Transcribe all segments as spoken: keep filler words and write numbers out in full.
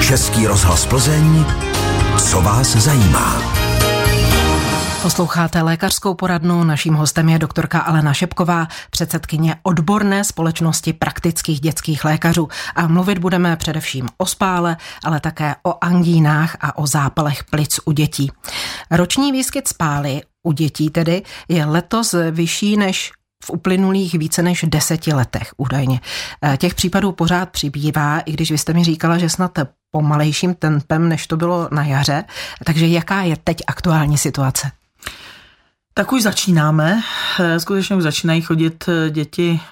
Český rozhlas Plzeň. Co vás zajímá? Posloucháte lékařskou poradnu, naším hostem je doktorka Alena Šepková, předsedkyně odborné společnosti praktických dětských lékařů. A mluvit budeme především o spále, ale také o angínách a o zápalech plic u dětí. Roční výskyt spály u dětí tedy je letos vyšší než v uplynulých více než deseti letech údajně. Těch případů pořád přibývá, i když vy jste mi říkala, že snad pomalejším tempem, než to bylo na jaře. Takže jaká je teď aktuální situace? Tak už začínáme, skutečně už začínají chodit děti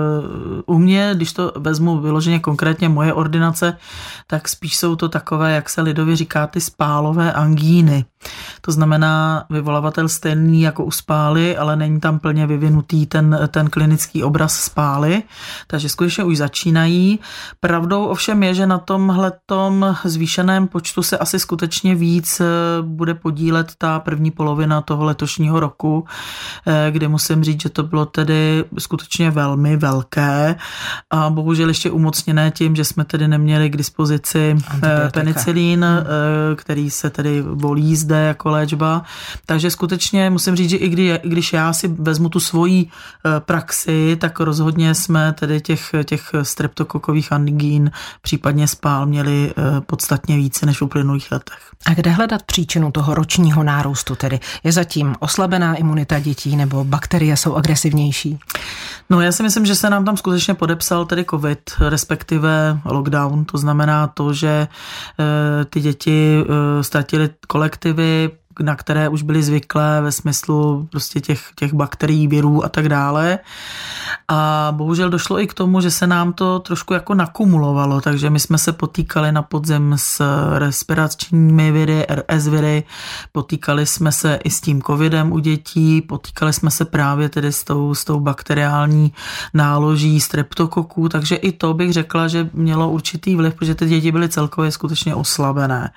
u mě, když to vezmu vyloženě konkrétně moje ordinace, tak spíš jsou to takové, jak se lidově říká, ty spálové angíny. To znamená vyvolavatel stejný jako u spály, ale není tam plně vyvinutý ten, ten klinický obraz spály, takže skutečně už začínají. Pravdou ovšem je, že na tomhletom zvýšeném počtu se asi skutečně víc bude podílet ta první polovina toho letošního roku, kde musím říct, že to bylo tedy skutečně velmi velké a bohužel ještě umocněné tím, že jsme tedy neměli k dispozici penicilín, který se tedy volí zde jako léčba. Takže skutečně musím říct, že i, kdy, i když já si vezmu tu svoji praxi, tak rozhodně jsme tedy těch, těch streptokokových angín, případně spál, měli podstatně více než v uplynulých letech. A kde hledat příčinu toho ročního nárůstu tedy? Je zatím oslabená imunita dětí nebo bakterie jsou agresivnější? No já si myslím, že se nám tam skutečně podepsal tedy covid, respektive lockdown. To znamená to, že e, ty děti e, ztratily kolektivy, na které už byly zvyklé ve smyslu prostě těch, těch bakterií, virů a tak dále. A bohužel došlo i k tomu, že se nám to trošku jako nakumulovalo, takže my jsme se potýkali na podzim s respiračními viry, R S viry, potýkali jsme se i s tím covidem u dětí, potýkali jsme se právě tedy s tou, s tou bakteriální náloží streptokoků, takže i to bych řekla, že mělo určitý vliv, protože ty děti byly celkově skutečně oslabené.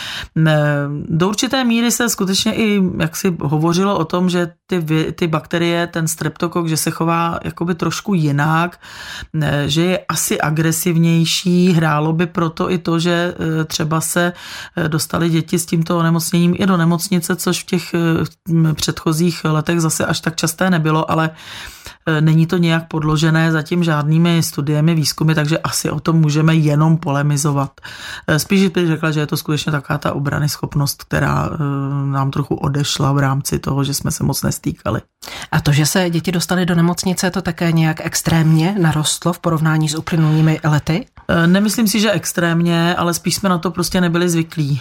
Do určité míry se skutečně i, jak si hovořilo o tom, že ty, ty bakterie, ten streptokok, že se chová jakoby trošku jinak, že je asi agresivnější, hrálo by proto i to, že třeba se dostali děti s tímto onemocněním i do nemocnice, což v těch předchozích letech zase až tak časté nebylo, ale není to nějak podložené zatím žádnými studiemi, výzkumy, takže asi o tom můžeme jenom polemizovat. Spíš bych řekla, že je to skutečně taková ta obranyschopnost, která nám trochu odešla v rámci toho, že jsme se moc nestýkali. A to, že se děti dostaly do nemocnice, to také nějak extrémně narostlo v porovnání s uplynulými lety? Nemyslím si, že extrémně, ale spíš jsme na to prostě nebyli zvyklí.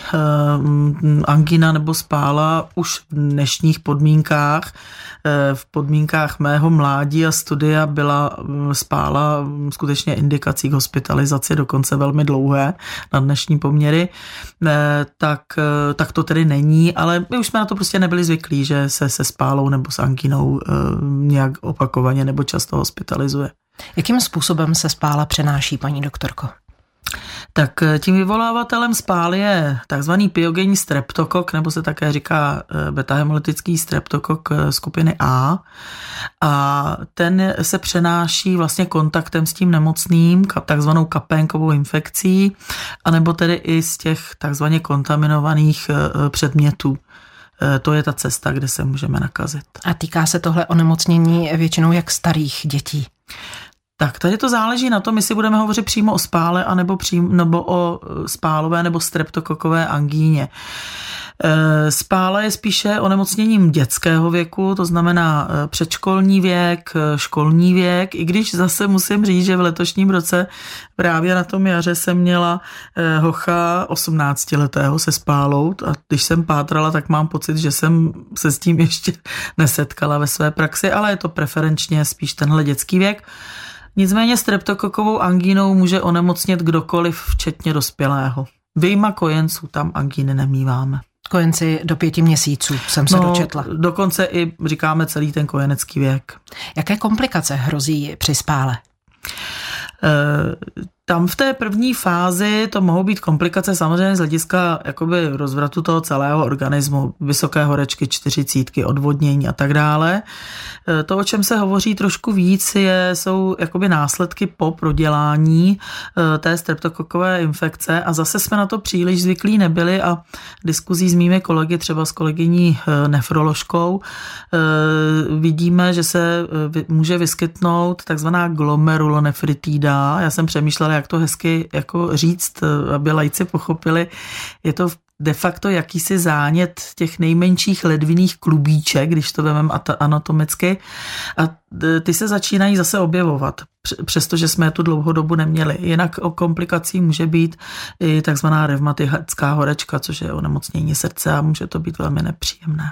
Angina nebo spála už v dnešních podmínkách, v podmínkách mého mládí a studia byla spála skutečně indikací k hospitalizaci, dokonce velmi dlouhé na dnešní poměry, tak, tak to tedy není, ale my už jsme na to prostě nebyli zvyklí, že se se spálou nebo s anginou nějak opakovaně nebo často hospitalizuje. Jakým způsobem se spála přenáší, paní doktorko? Tak tím vyvolávatelem spály je takzvaný pyogenní streptokok, nebo se také říká beta-hemolytický streptokok skupiny A. A ten se přenáší vlastně kontaktem s tím nemocným, takzvanou kapénkovou infekcí, anebo tedy i z těch takzvaně kontaminovaných předmětů. To je ta cesta, kde se můžeme nakazit. A týká se tohle onemocnění většinou jak starých dětí? Tak tady to záleží na tom, jestli budeme hovořit přímo o spále, anebo, přímo, nebo o spálové nebo streptokokové angíně. Spála je spíše onemocněním dětského věku, to znamená předškolní věk, školní věk, i když zase musím říct, že v letošním roce právě na tom jaře jsem měla hocha osmnáctiletého se spálou a když jsem pátrala, tak mám pocit, že jsem se s tím ještě nesetkala ve své praxi, ale je to preferenčně spíš tenhle dětský věk. Nicméně streptokokovou angínou může onemocnit kdokoliv, včetně dospělého. Vyjma kojenců tam angíny nemíváme. Kojenci do pěti měsíců jsem se no, dočetla. Dokonce i říkáme celý ten kojenecký věk. Jaké komplikace hrozí při spále? E, Tam v té první fázi to mohou být komplikace samozřejmě z hlediska jakoby rozvratu toho celého organismu, vysoké horečky, čtyřicítky, odvodnění a tak dále. To, o čem se hovoří trošku víc, je, jsou jakoby následky po prodělání té streptokokové infekce a zase jsme na to příliš zvyklí nebyli a diskuzí s mými kolegy, třeba s kolegyní nefroložkou, vidíme, že se může vyskytnout takzvaná glomerulonefritída. Já jsem přemýšlela, jak to hezky jako říct, aby laici pochopili. Je to de facto jakýsi zánět těch nejmenších ledviných klubíček, když to vememe anatomicky. A ty se začínají zase objevovat, přestože jsme tu dlouhou dobu neměli. Jinak o komplikací může být i takzvaná revmatická horečka, což je onemocnění srdce a může to být velmi nepříjemné.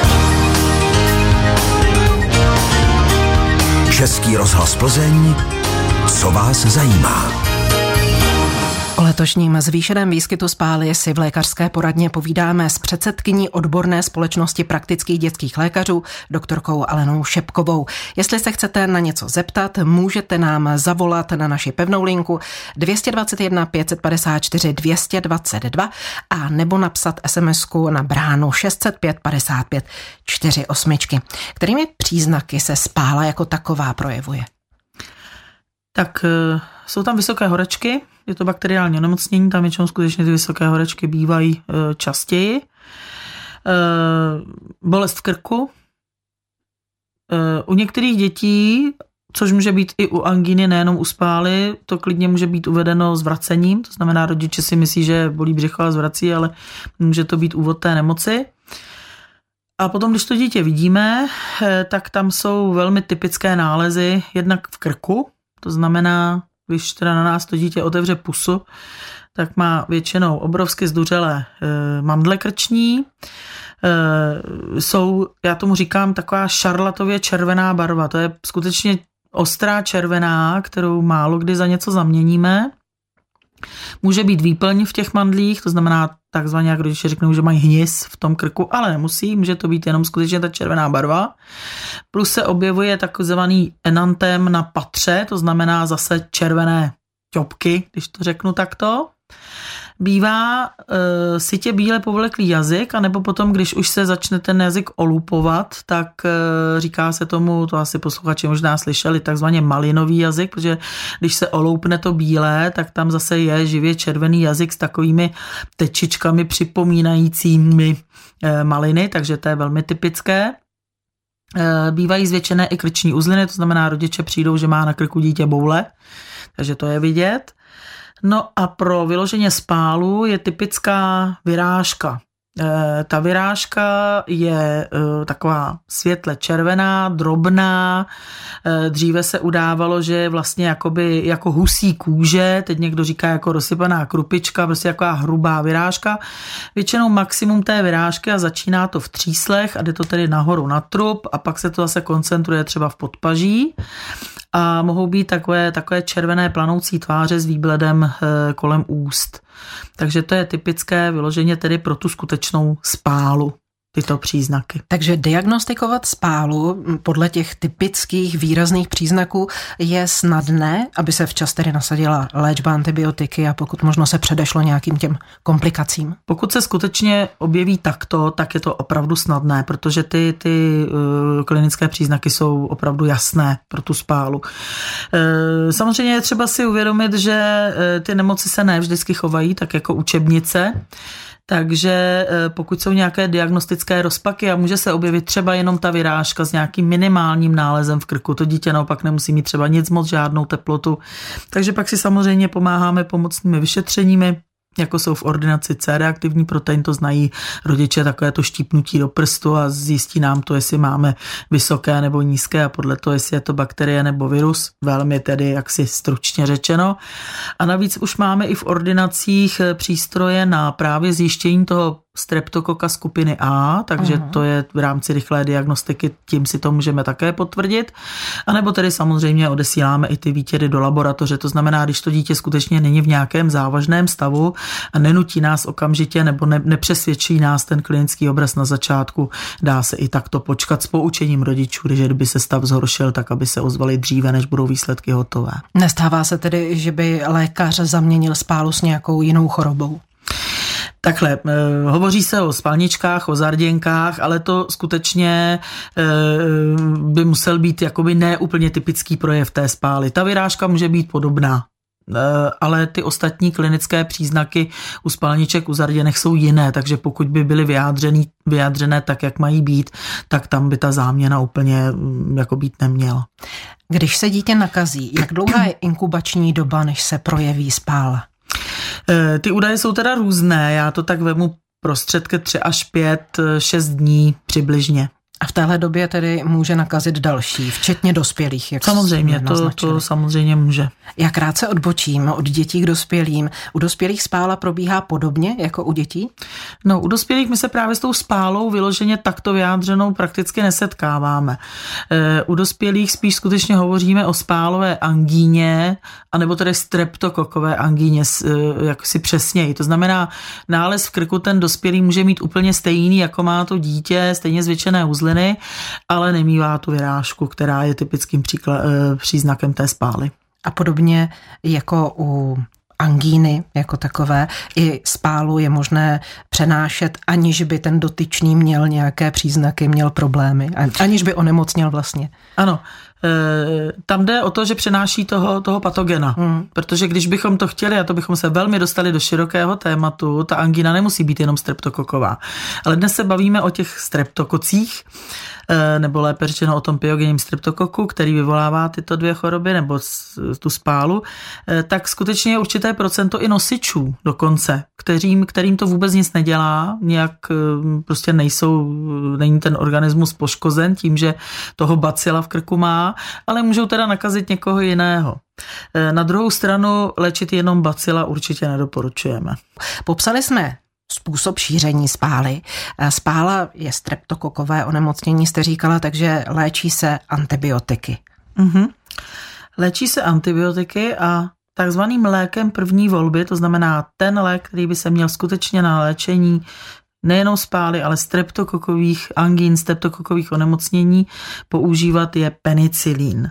Český rozhlas Plzeň, co vás zajímá? O letošním zvýšeném výskytu spály si v lékařské poradně povídáme s předsedkyní odborné společnosti praktických dětských lékařů, doktorkou Alenou Šepkovou. Jestli se chcete na něco zeptat, můžete nám zavolat na naši pevnou linku dvě dva jedna pět pět čtyři dvě dva dva a nebo napsat SMSku na bránu šest set pět padesát pět čtyřicet osm. Kterými příznaky se spála jako taková projevuje? Tak jsou tam vysoké horečky, je to bakteriální onemocnění, tam většinou skutečně ty vysoké horečky bývají častěji. Bolest v krku. U některých dětí, což může být i u angíny, nejenom u spály, to klidně může být uvedeno zvracením, to znamená, rodiče si myslí, že bolí břicho a zvrací, ale může to být úvod té nemoci. A potom, když to dítě vidíme, tak tam jsou velmi typické nálezy, jednak v krku, to znamená, když teda na nás to dítě otevře pusu, tak má většinou obrovsky zduřelé e, mandle krční. E, jsou, já tomu říkám, taková šarlatově červená barva. To je skutečně ostrá červená, kterou málo kdy za něco zaměníme. Může být výplň v těch mandlích, to znamená takzvaně, jak rodiče řeknou, že mají hnis v tom krku, ale nemusí, může to být jenom skutečně ta červená barva. Plus se objevuje takzvaný enantem na patře, to znamená zase červené ťopky, když to řeknu takto. Bývá e, sytě bíle povleklý jazyk, anebo potom, když už se začne ten jazyk olupovat, tak e, říká se tomu, to asi posluchači možná slyšeli, takzvaně malinový jazyk, protože když se oloupne to bílé, tak tam zase je živě červený jazyk s takovými tečičkami připomínajícími e, maliny, takže to je velmi typické. E, bývají zvětšené i krční uzliny, to znamená, rodiče přijdou, že má na krku dítě boule, takže to je vidět. No a pro vyloženě spálu je typická vyrážka. E, ta vyrážka je e, taková světle červená, drobná. E, dříve se udávalo, že je vlastně jakoby, jako husí kůže, teď někdo říká jako rozsypaná krupička, prostě taková hrubá vyrážka. Většinou maximum té vyrážky a začíná to v tříslech a jde to tedy nahoru na trup a pak se to zase koncentruje třeba v podpaží. A mohou být takové, takové červené planoucí tváře s výbledem e, kolem úst. Takže to je typické vyloženě tedy pro tu skutečnou spálu, tyto příznaky. Takže diagnostikovat spálu podle těch typických výrazných příznaků je snadné, aby se včas tedy nasadila léčba antibiotiky a pokud možno se předešlo nějakým těm komplikacím? Pokud se skutečně objeví takto, tak je to opravdu snadné, protože ty, ty uh, klinické příznaky jsou opravdu jasné pro tu spálu. Uh, samozřejmě je třeba si uvědomit, že uh, ty nemoci se ne vždycky chovají tak jako učebnice. Takže pokud jsou nějaké diagnostické rozpaky a může se objevit třeba jenom ta vyrážka s nějakým minimálním nálezem v krku, to dítě naopak nemusí mít třeba nic moc, žádnou teplotu. Takže pak si samozřejmě pomáháme pomocnými vyšetřeními, jako jsou v ordinaci C-reaktivní protein, to znají rodiče, takové to štípnutí do prstu a zjistí nám to, jestli máme vysoké nebo nízké a podle toho, jestli je to bakterie nebo virus, velmi tedy jaksi stručně řečeno. A navíc už máme i v ordinacích přístroje na právě zjištění toho streptokoka skupiny A, takže uh-huh. to je v rámci rychlé diagnostiky, tím si to můžeme také potvrdit. A nebo tedy samozřejmě odesíláme i ty výtěry do laboratoře, to znamená, když to dítě skutečně není v nějakém závažném stavu a nenutí nás okamžitě nebo ne, nepřesvědčí nás ten klinický obraz na začátku, dá se i takto počkat s poučením rodičů, když by se stav zhoršil, tak aby se ozvali dříve, než budou výsledky hotové. Nestává se tedy, že by lékař zaměnil spálu s nějakou jinou chorobou? Takhle, eh, hovoří se o spalničkách, o zarděnkách, ale to skutečně eh, by musel být jakoby neúplně typický projev té spály. Ta vyrážka může být podobná, eh, ale ty ostatní klinické příznaky u spalniček, u zarděnek jsou jiné, takže pokud by byly vyjádřený, vyjádřené tak, jak mají být, tak tam by ta záměna úplně hm, jako být neměla. Když se dítě nakazí, jak dlouhá je inkubační doba, než se projeví spála? Ty údaje jsou teda různé, já to tak vemu prostředky tři až pět, šest dní přibližně. A v téhle době tedy může nakazit další, včetně dospělých, jak samozřejmě, to, to samozřejmě může. Já krátce odbočím od dětí k dospělým. U dospělých spála probíhá podobně jako u dětí? No, u dospělých my se právě s tou spálou vyloženě takto vyjádřenou prakticky nesetkáváme. E, u dospělých spíš skutečně hovoříme o spálové angíně, anebo tedy streptokokové angíně, jak si přesněji. To znamená, nález v krku ten dospělý může mít úplně stejný, jako má to dítě, stejně zvětšené uzly, ale nemívá tu vyrážku, která je typickým příklad, příznakem té spály. A podobně jako u angíny jako takové, i spálu je možné přenášet, aniž by ten dotyčný měl nějaké příznaky, měl problémy, aniž by onemocněl vlastně. Ano. Tam jde o to, že přenáší toho, toho patogena, hmm. protože když bychom to chtěli, a to bychom se velmi dostali do širokého tématu, ta angína nemusí být jenom streptokoková. Ale dnes se bavíme o těch streptokocích, nebo lépe řečeno o tom pyogením streptokoku, který vyvolává tyto dvě choroby, nebo tu spálu, tak skutečně je určité procento i nosičů dokonce, kterým, kterým to vůbec nic nedělá, nějak prostě nejsou, není ten organismus poškozen tím, že toho bacila v krku má, ale můžou teda nakazit někoho jiného. Na druhou stranu léčit jenom bacila určitě nedoporučujeme. Popsali jsme způsob šíření spály. Spála je streptokokové onemocnění, jste říkala, takže léčí se antibiotiky. Mm-hmm. Léčí se antibiotiky a takzvaným lékem první volby, to znamená ten lék, který by se měl skutečně na léčení nejenom spály, ale streptokokových angín, streptokokových onemocnění používat je penicilín.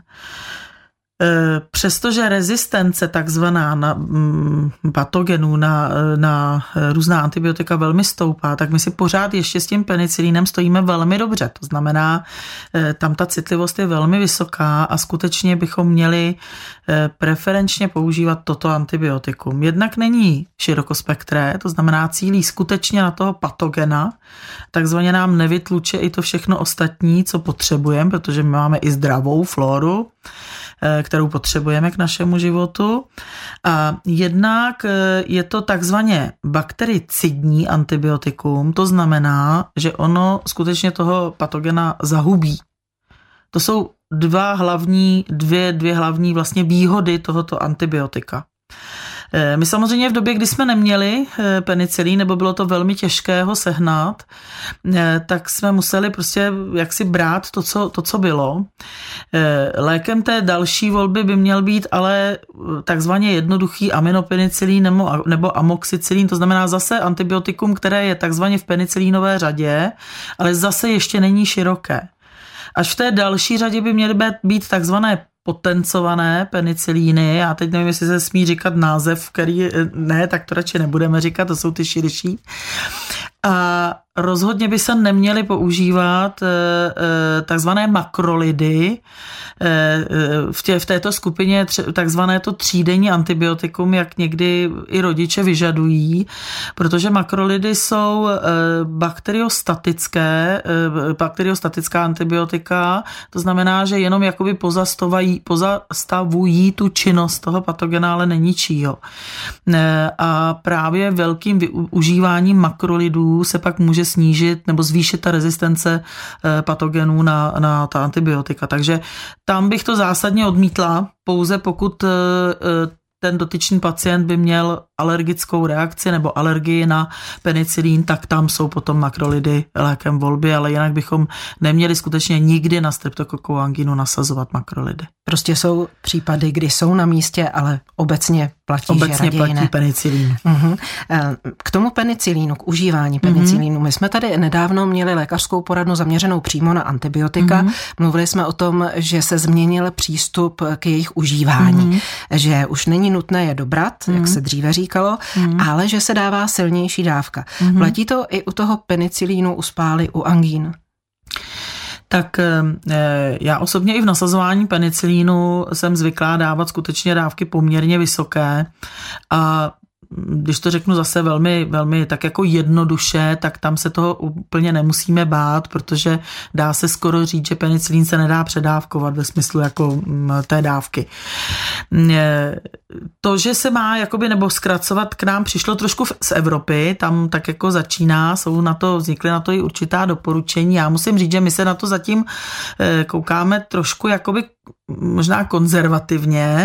Přestože rezistence takzvaná na patogenů, na, na různá antibiotika velmi stoupá, tak my si pořád ještě s tím penicilínem stojíme velmi dobře. To znamená, tam ta citlivost je velmi vysoká a skutečně bychom měli preferenčně používat toto antibiotikum. Jednak není širokospektré, to znamená cílí skutečně na toho patogena, takzvaně nám nevytluče i to všechno ostatní, co potřebujeme, protože my máme i zdravou flóru, kterou potřebujeme k našemu životu. A jednak je to takzvaně baktericidní antibiotikum, to znamená, že ono skutečně toho patogena zahubí. To jsou dva hlavní, dvě, dvě hlavní vlastně výhody tohoto antibiotika. My samozřejmě v době, kdy jsme neměli penicilín, nebo bylo to velmi těžké ho sehnat, tak jsme museli prostě jaksi brát to, co, to, co bylo. Lékem té další volby by měl být ale takzvaně jednoduchý aminopenicilín nebo, nebo amoxicilín, to znamená zase antibiotikum, které je takzvaně v penicilínové řadě, ale zase ještě není široké. Až v té další řadě by měly být takzvané potencované penicilíny, já teď nevím, jestli se smí říkat název, který ne, tak to radši nebudeme říkat, to jsou ty širší. A rozhodně by se neměly používat takzvané makrolidy. V, tě, v této skupině takzvané to třídenní antibiotikum, jak někdy i rodiče vyžadují, protože makrolidy jsou bakteriostatické, bakteriostatická antibiotika, to znamená, že jenom jakoby pozastavují, pozastavují tu činnost toho patogena, ale neničí ho. A právě velkým využíváním makrolidů se pak může snížit nebo zvýšit ta rezistence patogenů na, na ta antibiotika. Takže tam bych to zásadně odmítla, pouze pokud ten dotyčný pacient by měl alergickou reakci nebo alergii na penicilín, tak tam jsou potom makrolidy lékem volby, ale jinak bychom neměli skutečně nikdy na streptokokovou angínu nasazovat makrolidy. Prostě jsou případy, kdy jsou na místě, ale obecně platí, obecně že platí ne. penicilín. Uhum. K tomu penicilínu, k užívání penicilínu, my jsme tady nedávno měli lékařskou poradnu zaměřenou přímo na antibiotika. Uhum. Mluvili jsme o tom, že se změnil přístup k jejich užívání, uhum. že už není nutné je dobrat, uhum. jak se dříve říkalo, uhum. ale že se dává silnější dávka. Uhum. Platí to i u toho penicilínu, u spály, u angín? Tak já osobně i v nasazování penicilínu jsem zvyklá dávat skutečně dávky poměrně vysoké a když to řeknu zase velmi, velmi tak jako jednoduše, tak tam se toho úplně nemusíme bát, protože dá se skoro říct, že penicilín se nedá předávkovat ve smyslu jako té dávky. To, že se má jakoby nebo zkracovat, k nám přišlo trošku z Evropy, tam tak jako začíná, jsou na to, vznikly na to i určitá doporučení. Já musím říct, že my se na to zatím koukáme trošku jakoby možná konzervativně.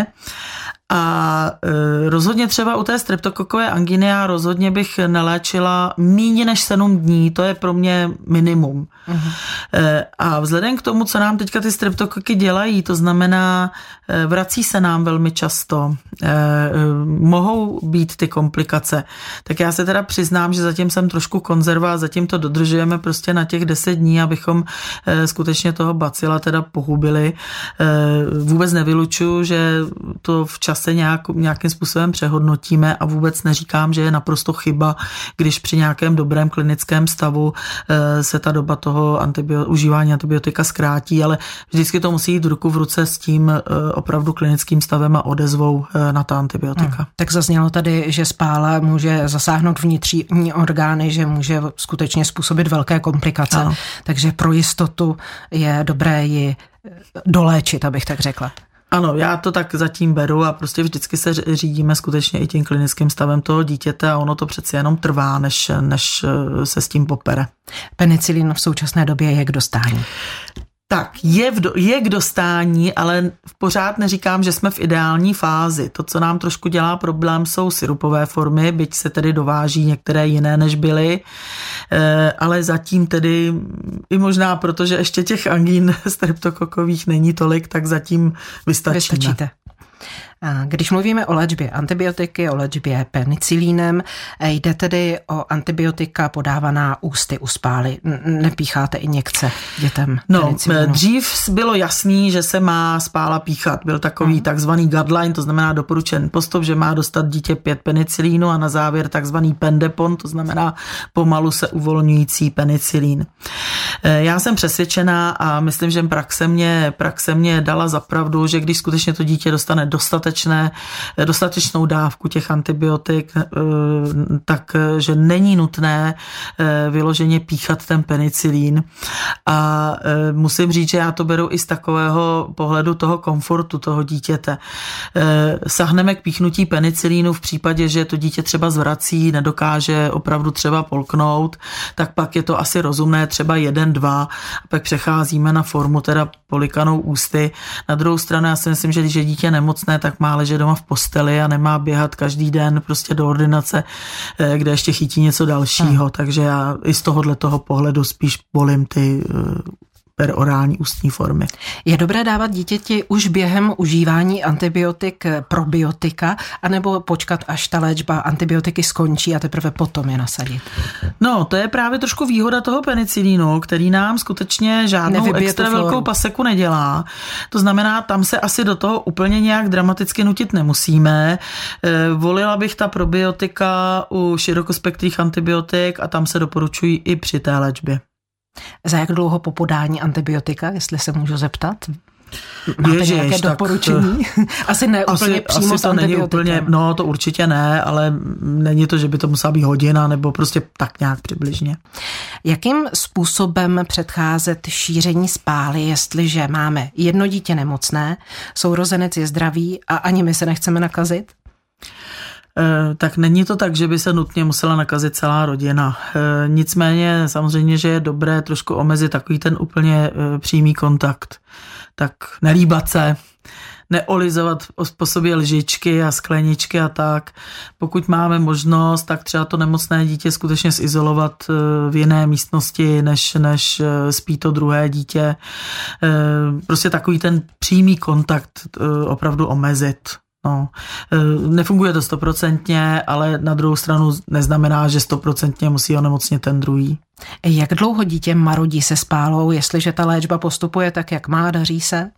A e, rozhodně třeba u té streptokokové anginy já rozhodně bych neléčila méně než sedm dní, to je pro mě minimum. Uh-huh. E, a vzhledem k tomu, co nám teďka ty streptokoky dělají, to znamená, e, vrací se nám velmi často, e, e, mohou být ty komplikace, tak já se teda přiznám, že zatím jsem trošku konzerva, zatím to dodržujeme prostě na těch deset dní, abychom e, skutečně toho bacila teda pohubili. E, vůbec nevylučuju, že to včas se nějak, nějakým způsobem přehodnotíme a vůbec neříkám, že je naprosto chyba, když při nějakém dobrém klinickém stavu e, se ta doba toho antibio, užívání antibiotika zkrátí, ale vždycky to musí jít ruku v ruce s tím e, opravdu klinickým stavem a odezvou e, na ta antibiotika. Hmm. Tak zaznělo tady, že spála může zasáhnout vnitřní orgány, že může skutečně způsobit velké komplikace, ano. Takže pro jistotu je dobré ji doléčit, abych tak řekla. Ano, já to tak zatím beru a prostě vždycky se řídíme skutečně i tím klinickým stavem toho dítěte a ono to přeci jenom trvá, než, než se s tím popere. Penicilin v současné době je k dostání. Tak, je, v do, je k dostání, ale pořád neříkám, že jsme v ideální fázi. To, co nám trošku dělá problém, jsou sirupové formy, byť se tedy dováží některé jiné, než byly, e, ale zatím tedy, i možná proto, že ještě těch angín streptokokových není tolik, tak zatím vystačíme. Vystačíte. Když mluvíme o léčbě antibiotiky, o léčbě penicilínem, jde tedy o antibiotika podávaná ústy u spály. Nepícháte injekce dětem? No, dřív bylo jasný, že se má spála píchat. Byl takový hmm. takzvaný guideline, to znamená doporučen postup, že má dostat dítě pět penicilínu a na závěr takzvaný pendepon, to znamená pomalu se uvolňující penicilín. Já jsem přesvědčená a myslím, že praxe mě, praxe mě dala za pravdu, že když skutečně to dítě dostane dostatečné, dostatečnou dávku těch antibiotik, takže není nutné vyloženě píchat ten penicilín. A musím říct, že já to beru i z takového pohledu toho komfortu toho dítěte. Sahneme k píchnutí penicilínu v případě, že to dítě třeba zvrací, nedokáže opravdu třeba polknout, tak pak je to asi rozumné třeba jeden, dva a pak přecházíme na formu teda polikanou ústy. Na druhou stranu já si myslím, že když je dítě nemocné, tak má ležet doma v posteli a nemá běhat každý den prostě do ordinace, kde ještě chytí něco dalšího. Hmm. Takže já i z tohohle toho pohledu spíš volím ty perorální ústní formy. Je dobré dávat dítěti už během užívání antibiotik probiotika, anebo počkat, až ta léčba antibiotiky skončí a teprve potom je nasadit? No, to je právě trošku výhoda toho penicilínu, který nám skutečně žádnou Nevybije extra velkou paseku nedělá. To znamená, tam se asi do toho úplně nějak dramaticky nutit nemusíme. Volila bych ta probiotika u širokospektrých antibiotik a tam se doporučují i při té léčbě. Za jak dlouho po podání antibiotika, jestli se můžu zeptat? Máte Ježiš, nějaké doporučení? Asi ne asi, úplně přímo asi s to není úplně, no to určitě ne, ale není to, že by to musela být hodina, nebo prostě tak nějak přibližně. Jakým způsobem předcházet šíření spály, jestliže máme jedno dítě nemocné, sourozenec je zdravý a ani my se nechceme nakazit? Tak není to tak, že by se nutně musela nakazit celá rodina. Nicméně samozřejmě, že je dobré trošku omezit takový ten úplně přímý kontakt. Tak nelíbat se, neolizovat po sobě lžičky a skleničky a tak. Pokud máme možnost, tak třeba to nemocné dítě skutečně zizolovat v jiné místnosti, než, než spí to druhé dítě. Prostě takový ten přímý kontakt opravdu omezit. No, nefunguje to stoprocentně, ale na druhou stranu neznamená, že stoprocentně musí onemocnit ten druhý. Jak dlouho dítě marodí se spálou, jestliže ta léčba postupuje tak, jak má, daří se?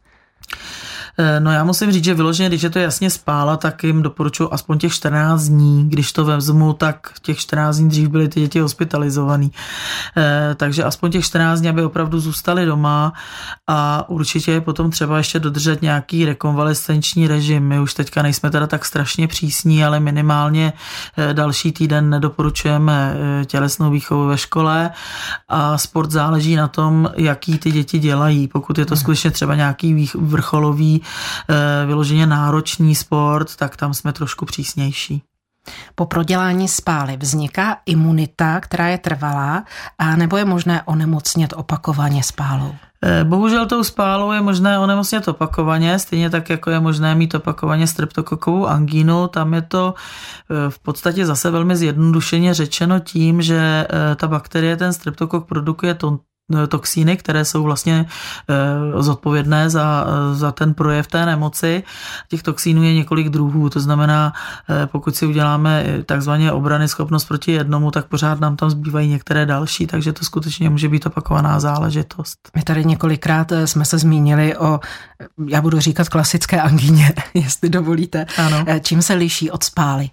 No já musím říct, že vyloženě, když je to jasně spála, tak jim doporučuji aspoň těch čtrnáct dní. Když to vezmu, tak těch čtrnáct dní dřív byly ty děti hospitalizovaný. Takže aspoň těch čtrnáct dní, aby opravdu zůstali doma a určitě je potom třeba ještě dodržet nějaký rekonvalescenční režim. My už teďka nejsme teda tak strašně přísní, ale minimálně další týden nedoporučujeme tělesnou výchovu ve škole a sport záleží na tom, jaký ty děti dělají. Pokud je to skutečně třeba nějaký vrcholový vyloženě náročný sport, tak tam jsme trošku přísnější. Po prodělání spály vzniká imunita, která je trvalá, a nebo je možné onemocnět opakovaně spálou? Bohužel tou spálou je možné onemocnět opakovaně, stejně tak, jako je možné mít opakovaně streptokokovou angínu. Tam je to v podstatě zase velmi zjednodušeně řečeno tím, že ta bakterie, ten streptokok produkuje to toxíny, které jsou vlastně zodpovědné za, za ten projev té nemoci. Těch toxínů je několik druhů, to znamená, pokud si uděláme takzvaně obrany schopnost proti jednomu, tak pořád nám tam zbývají některé další, takže to skutečně může být opakovaná záležitost. My tady několikrát jsme se zmínili o, já budu říkat klasické angíně, jestli dovolíte. Ano. Čím se liší od spály?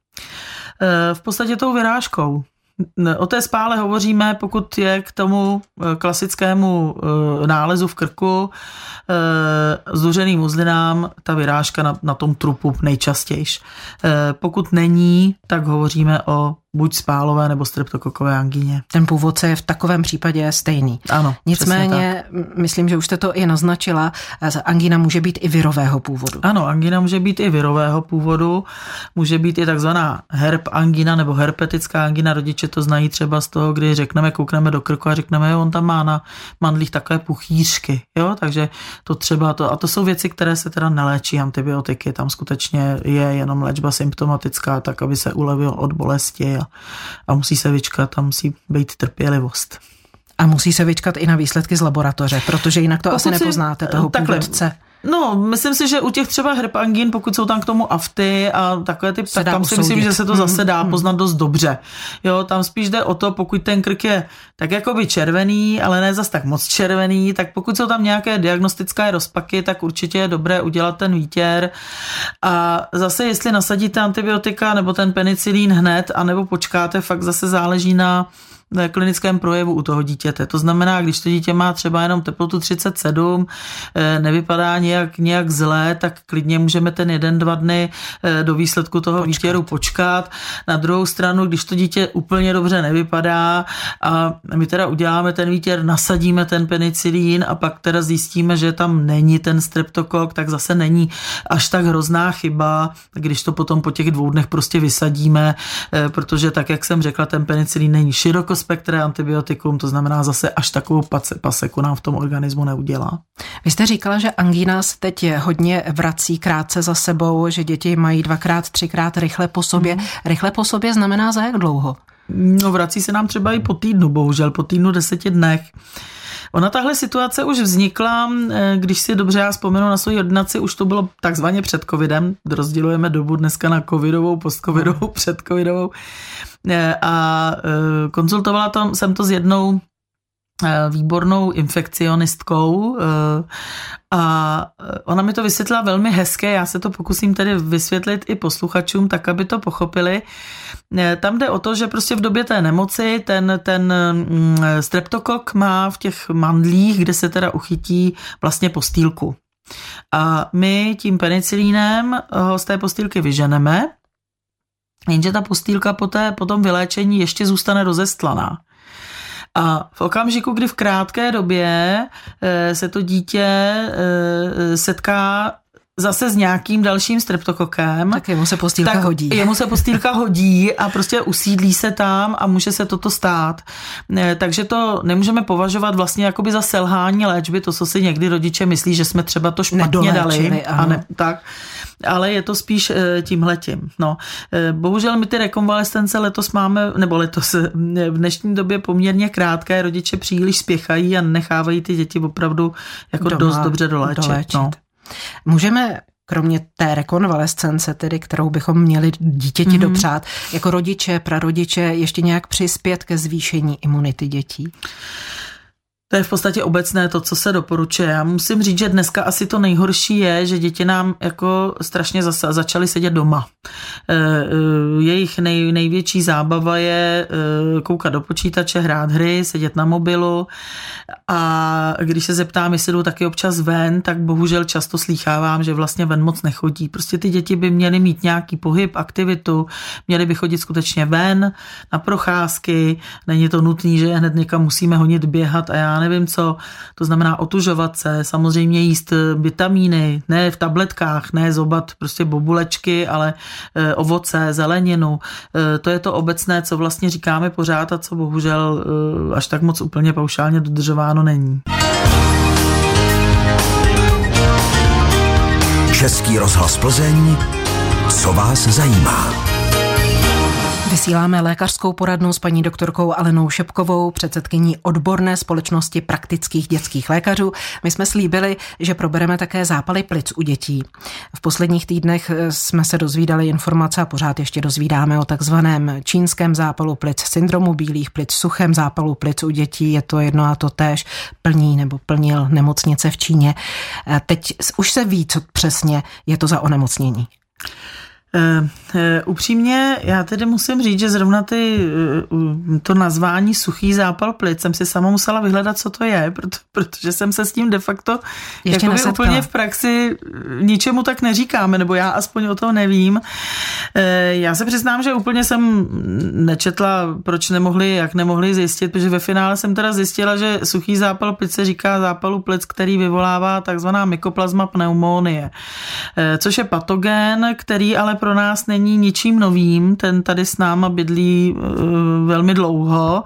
V podstatě tou vyrážkou. O té spále hovoříme, pokud je k tomu klasickému nálezu v krku, zuřeným uzlinám, ta vyrážka na, na tom trupu nejčastější. Pokud není, tak hovoříme o buď spálové nebo streptokokové angíně. Ten původce je v takovém případě stejný. Ano. Nicméně, myslím, že už jste to i naznačila, angína může být i virového původu. Ano, angína může být i virového původu, může být i takzvaná herp angína nebo herpetická angína. Rodiče to znají třeba z toho, kdy řekneme, koukneme do krku a řekneme, jo, on tam má na mandlích takové puchýřky, jo, takže to třeba to, a to jsou věci, které se teda neléčí antibiotiky, tam skutečně je jenom léčba symptomatická, tak aby se ulevil od bolesti a, a musí se vyčkat, tam musí být trpělivost. A musí se vyčkat i na výsledky z laboratoře, protože jinak to pokud asi nepoznáte toho takhle, původce. No, myslím si, že u těch třeba herp angín, pokud jsou tam k tomu afty a takové ty, tak tam si myslím, že se to zase dá poznat dost dobře. Jo, tam spíš jde o to, pokud ten krk je tak jakoby červený, ale ne zas tak moc červený, tak pokud jsou tam nějaké diagnostické rozpaky, tak určitě je dobré udělat ten výtěr. A zase, jestli nasadíte antibiotika nebo ten penicilín hned, anebo počkáte, fakt zase záleží na klinickém projevu u toho dítěte. To znamená, když to dítě má třeba jenom teplotu třicet sedm, nevypadá nějak, nějak zlé, tak klidně můžeme ten jeden, dva dny do výsledku toho počkat. výtěru počkat. Na druhou stranu, když to dítě úplně dobře nevypadá a my teda uděláme ten výtěr, nasadíme ten penicilín a pak teda zjistíme, že tam není ten streptokok, tak zase není až tak hrozná chyba, když to potom po těch dvou dnech prostě vysadíme, protože tak, jak jsem řekla, ten penicilín není široko spektré antibiotikum, to znamená zase až takovou paseku nám v tom organismu neudělá. Vy jste říkala, že angína se teď hodně vrací krátce za sebou, že děti mají dvakrát, třikrát rychle po sobě. Mm. Rychle po sobě znamená za jak dlouho? No, vrací se nám třeba i po týdnu, bohužel, po týdnu, deseti dnech. Ona tahle situace už vznikla, když si dobře já vzpomenu na svou ordinaci, už to bylo takzvaně před covidem, rozdělujeme dobu dneska na covidovou, postcovidovou, předcovidovou a konzultovala to, jsem to s jednou výbornou infekcionistkou a ona mi to vysvětlila velmi hezké, já se to pokusím tedy vysvětlit i posluchačům, tak aby to pochopili. Tam jde o to, že prostě v době té nemoci ten, ten streptokok má v těch mandlích, kde se teda uchytí vlastně postýlku. A my tím penicilínem ho z té postýlky vyženeme, jenže ta postýlka po, té, po tom vyléčení ještě zůstane rozestlaná. A v okamžiku, kdy v krátké době se to dítě setká zase s nějakým dalším streptokokem. Tak jemu se postýlka tak hodí. Jemu se postýlka hodí a prostě usídlí se tam a může se toto stát. Takže to nemůžeme považovat vlastně jakoby za selhání léčby, to, co si někdy rodiče myslí, že jsme třeba to špatně dali. A ne, tak. Ale je to spíš tímhletím. No. Bohužel my ty rekonvalescence letos máme, nebo letos v dnešní době poměrně krátké, rodiče příliš spěchají a nechávají ty děti opravdu jako Doma dost dobře doléčit. doléčit. No. Můžeme kromě té rekonvalescence, tedy, kterou bychom měli dítěti mm-hmm. dopřát, jako rodiče, prarodiče, ještě nějak přispět ke zvýšení imunity dětí? To je v podstatě obecné to, co se doporučuje. Já musím říct, že dneska asi to nejhorší je, že děti nám jako strašně zase začaly sedět doma. Jejich nej, největší zábava je koukat do počítače, hrát hry, sedět na mobilu a když se zeptám, jestli jdou taky občas ven, tak bohužel často slýchávám, že vlastně ven moc nechodí. Prostě ty děti by měly mít nějaký pohyb, aktivitu, měly by chodit skutečně ven na procházky, není to nutný, že hned někam musíme honit, běhat a já nevím co, to znamená otužovat se, samozřejmě jíst vitamíny, ne v tabletkách, ne zobat prostě bobulečky, ale e, ovoce, zeleninu. E, to je to obecné, co vlastně říkáme pořád a co bohužel e, až tak moc úplně paušálně dodržováno není. Český rozhlas Plzeň, co vás zajímá? Vysíláme lékařskou poradnu s paní doktorkou Alenou Šepkovou, předsedkyní odborné společnosti praktických dětských lékařů. My jsme slíbili, že probereme také zápaly plic u dětí. V posledních týdnech jsme se dozvídali informace a pořád ještě dozvídáme o takzvaném čínském zápalu plic, syndromu bílých plic, suchém zápalu plic u dětí. Je to jedno a to též, plní nebo plnil nemocnice v Číně. Teď už se ví, co přesně je to za onemocnění. Uh, uh, upřímně, já tedy musím říct, že zrovna ty, uh, to nazvání suchý zápal plic jsem si sama musela vyhledat, co to je, proto, protože jsem se s tím de facto jakoby úplně v praxi ničemu tak neříkáme, nebo já aspoň o tom nevím. Uh, já se přiznám, že úplně jsem nečetla, proč nemohli, jak nemohli zjistit, protože ve finále jsem teda zjistila, že suchý zápal plic se říká zápalu plic, který vyvolává takzvaná mykoplazma pneumonie, uh, což je patogen, který ale pro nás není ničím novým, ten tady s náma bydlí velmi dlouho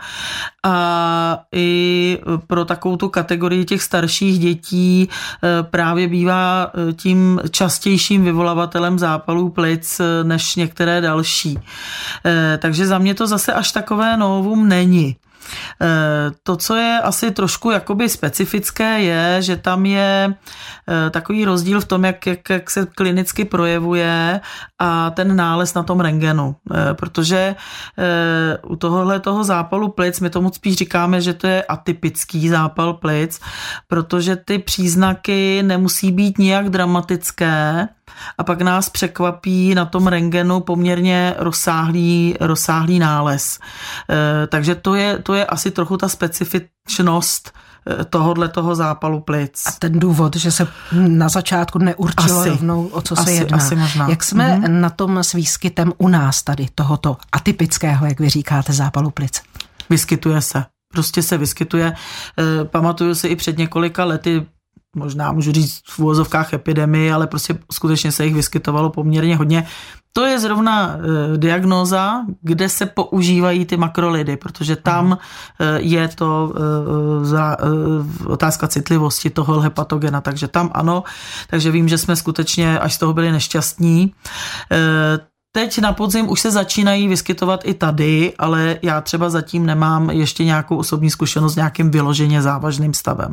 a i pro takovou tu kategorii těch starších dětí právě bývá tím častějším vyvolavatelem zápalů plic než některé další. Takže za mě to zase až takové novum není. To, co je asi trošku jakoby specifické, je, že tam je takový rozdíl v tom, jak, jak, jak se klinicky projevuje a ten nález na tom rentgenu. Protože u tohohle toho zápalu plic, my tomu spíš říkáme, že to je atypický zápal plic, protože ty příznaky nemusí být nijak dramatické, a pak nás překvapí na tom rentgenu poměrně rozsáhlý, rozsáhlý nález. E, takže to je, to je asi trochu ta specifičnost tohodle toho zápalu plic. A ten důvod, že se na začátku neurčilo asi, rovnou, o co asi, se jedná. Asi možná. Jak jsme mm-hmm. na tom s výskytem u nás tady tohoto atypického, jak vy říkáte, zápalu plic? Vyskytuje se. Prostě se vyskytuje. E, pamatuju si i před několika lety, možná můžu říct v uvozovkách epidemii, ale prostě skutečně se jich vyskytovalo poměrně hodně. To je zrovna e, diagnóza, kde se používají ty makrolidy, protože tam e, je to e, za, e, otázka citlivosti toho hepatogena, takže tam ano, takže vím, že jsme skutečně až z toho byli nešťastní. E, Teď na podzim už se začínají vyskytovat i tady, ale já třeba zatím nemám ještě nějakou osobní zkušenost s nějakým vyloženě závažným stavem.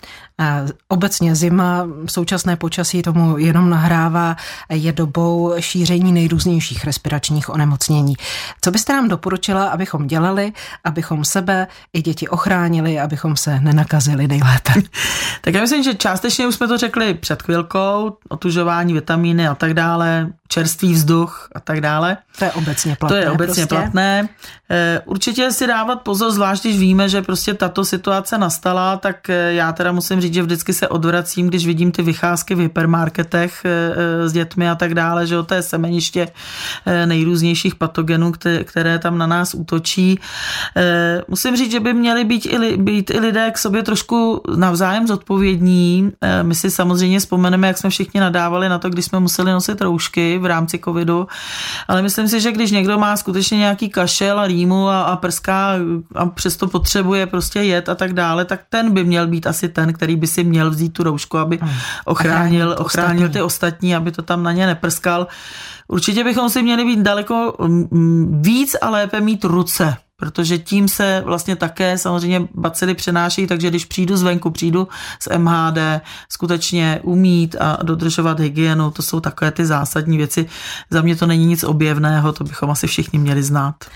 Obecně zima, současné počasí tomu jenom nahrává, je dobou šíření nejrůznějších respiračních onemocnění. Co byste nám doporučila, abychom dělali, abychom sebe i děti ochránili, abychom se nenakazili nejlépe? Tak já myslím, že částečně už jsme to řekli před chvilkou, otužování, vitamíny a tak dále, čerstvý vzduch a tak dále. To je obecně platné. To je obecně prostě platné. Určitě si dávat pozor, zvlášť když víme, že prostě tato situace nastala, tak já teda musím říct, říct, že vždycky se odvracím, když vidím ty vycházky v hypermarketech s dětmi a tak dále, že to je semeniště nejrůznějších patogenů, které tam na nás útočí. Musím říct, že by měli být i, být i lidé k sobě trošku navzájem zodpovědní. My si samozřejmě vzpomeneme, jak jsme všichni nadávali na to, když jsme museli nosit roušky v rámci covidu, ale myslím si, že když někdo má skutečně nějaký kašel a rýmu a, a prská a přesto potřebuje prostě jet a tak dále, tak ten by měl být asi ten, který by si měl vzít tu roušku, aby hmm. ochránil, ochránil ty ostatní, aby to tam na ně neprskal. Určitě bychom si měli být daleko víc a lépe mít ruce, protože tím se vlastně také samozřejmě bacily přenášejí, takže když přijdu zvenku, přijdu z M H D, skutečně umít a dodržovat hygienu, to jsou takové ty zásadní věci. Za mě to není nic objevného, to bychom asi všichni měli znát.